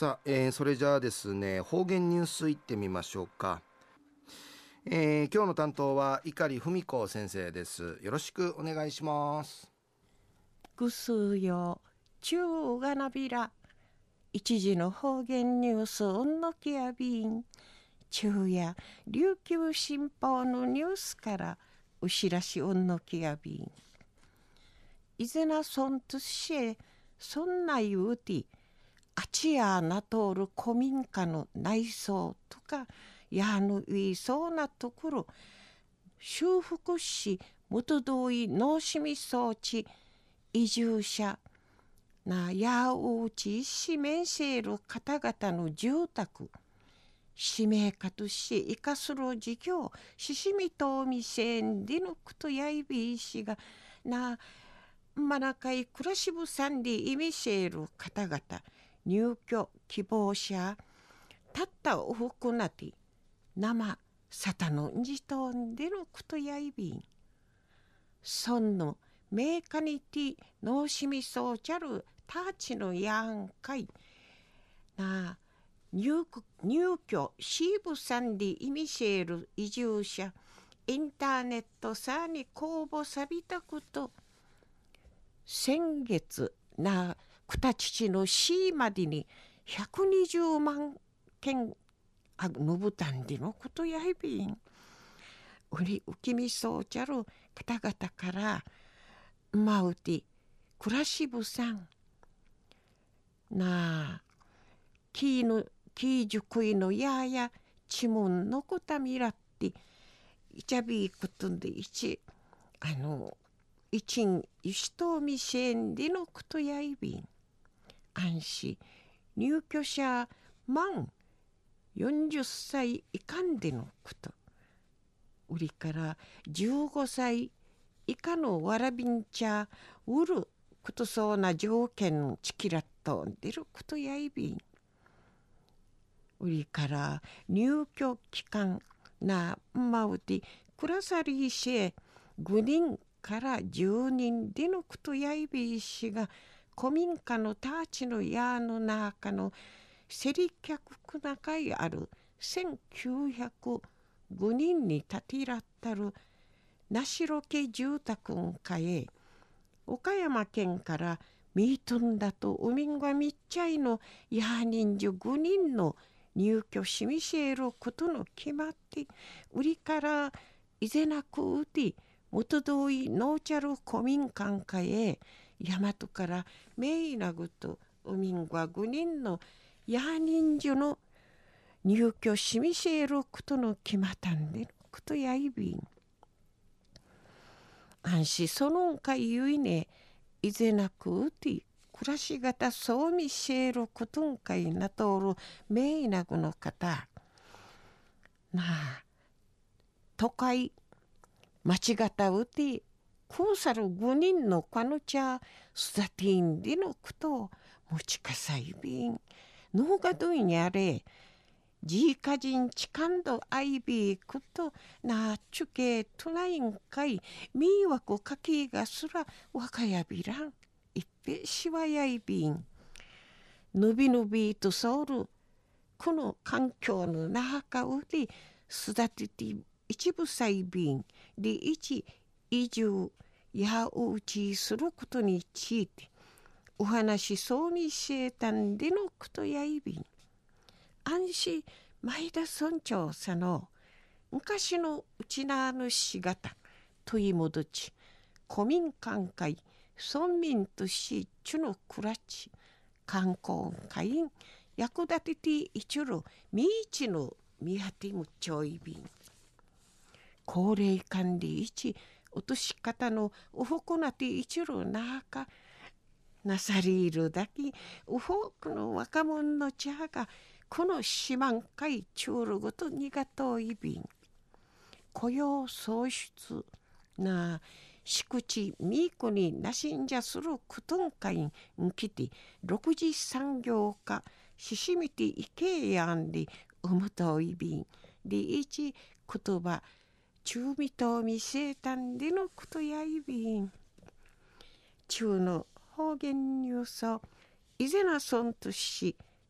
さあ、それじゃあですね、方言ニュースいってみましょうか。今日の担当は碇文子先生です。よろしくお願いします。 ぐすよ中がなびら一時の方言ニュースうんのきやびん昼夜琉球新報のニュースからうしらしうんのきやびんいぜなそんとしえそんな言うてあちやなとおる古民家の内装とかやぬいそうなところ修復し元同意脳しみ装置移住者なやうちしめんせいる方々の住宅使命家とし生かする事業ししみとみせんでのくとやいびいしがなまなかい暮らしぶさんでいみせる方々入居希望者たったおふくなて生さたのんじとんでのくとやいびんそんのメーカニティノーシミソーチャルターチのやんかいな入居シーブサンディイミシェール移住者インターネットさに公募さびたこと先月なくたちちのシーまでに120万件のぶたんでのことやいびんうりうきみそうちゃる方々からまうて暮らしぶさんなあキージュクイのややちもんのこたみらっていちゃびいことんで一んゆしとみせんでのことやいびん安心入居者満40歳以下でのこと売りから15歳以下のわらびんちゃ売ることそうな条件チキラッと出ることやいびん売りから入居期間なまうてくらさりしえ5人から10人でのことやいびいしが古民家のターチのやの中のせり客くなかいある1905人に建てらったるなしろけ住宅んかえ岡山県からミートンだと海んがみっちゃいのや人じゅ5人の入居しみせることの決まって売りからいぜなくうて元同意ノーチャル古民館かへ大和からメイナグと海んが5人のや人じゅの入居しみせることの決まったんでのことやいびん安心そのんかゆいねいぜなくうて暮らし方そうみせることんかいなとおるめいなぐの方なあ都会町方うてこうさる5人のかのちゃ育てんでのことを持ちかさいびんのがどいにあれじいかじんちかんどあいびくとなっちゅけとないんかいみいわくかきがすらわかやびらんいっぺしわやいびんぬびぬびとそうるこの環境の中で育てて一部さいびんで一移住やおうちすることについてお話そうみせたんでのことやいびん安心前田村長さの昔のうちなぬしがた問い戻ち古民館会村民としちゅの暮らち観光会員役立てていちゅるみいちのみはてむちょいびん高齢管理一落とし方のおほこなていちゅるなかなさりいるだけおほくの若者の茶がこの四万回チュールごとにがといびん雇用創出な敷地みーこになしんじゃするくとんかいんきて六次産業化ししみていけやんでむといびんでいち言葉中みとみせたんでのことやいびん中の方言ニュースをいぜなそんとし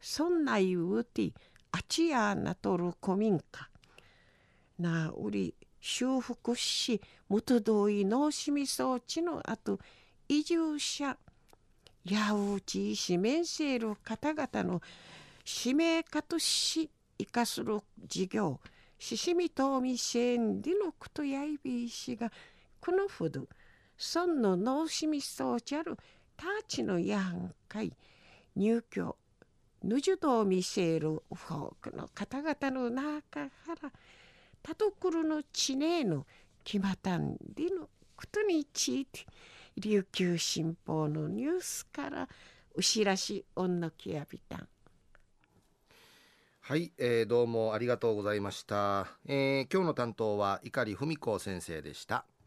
そんないううてあちやなとる古民家なうり修復し元同意脳しみ装置のあと移住者やうちしめんせる方々の使命家とし生かする事業ししみとみせんでのくとやいびいしがこのほどそんの脳しみ装置あるたちのやんかい入居ぬじゅとみせる多くの方々の中からたとくるのちねえの決またんでのことについて琉球新報のニュースからうしらしおんのきやびたん。 はい、どうもありがとうございました。今日の担当は碇文子先生でした。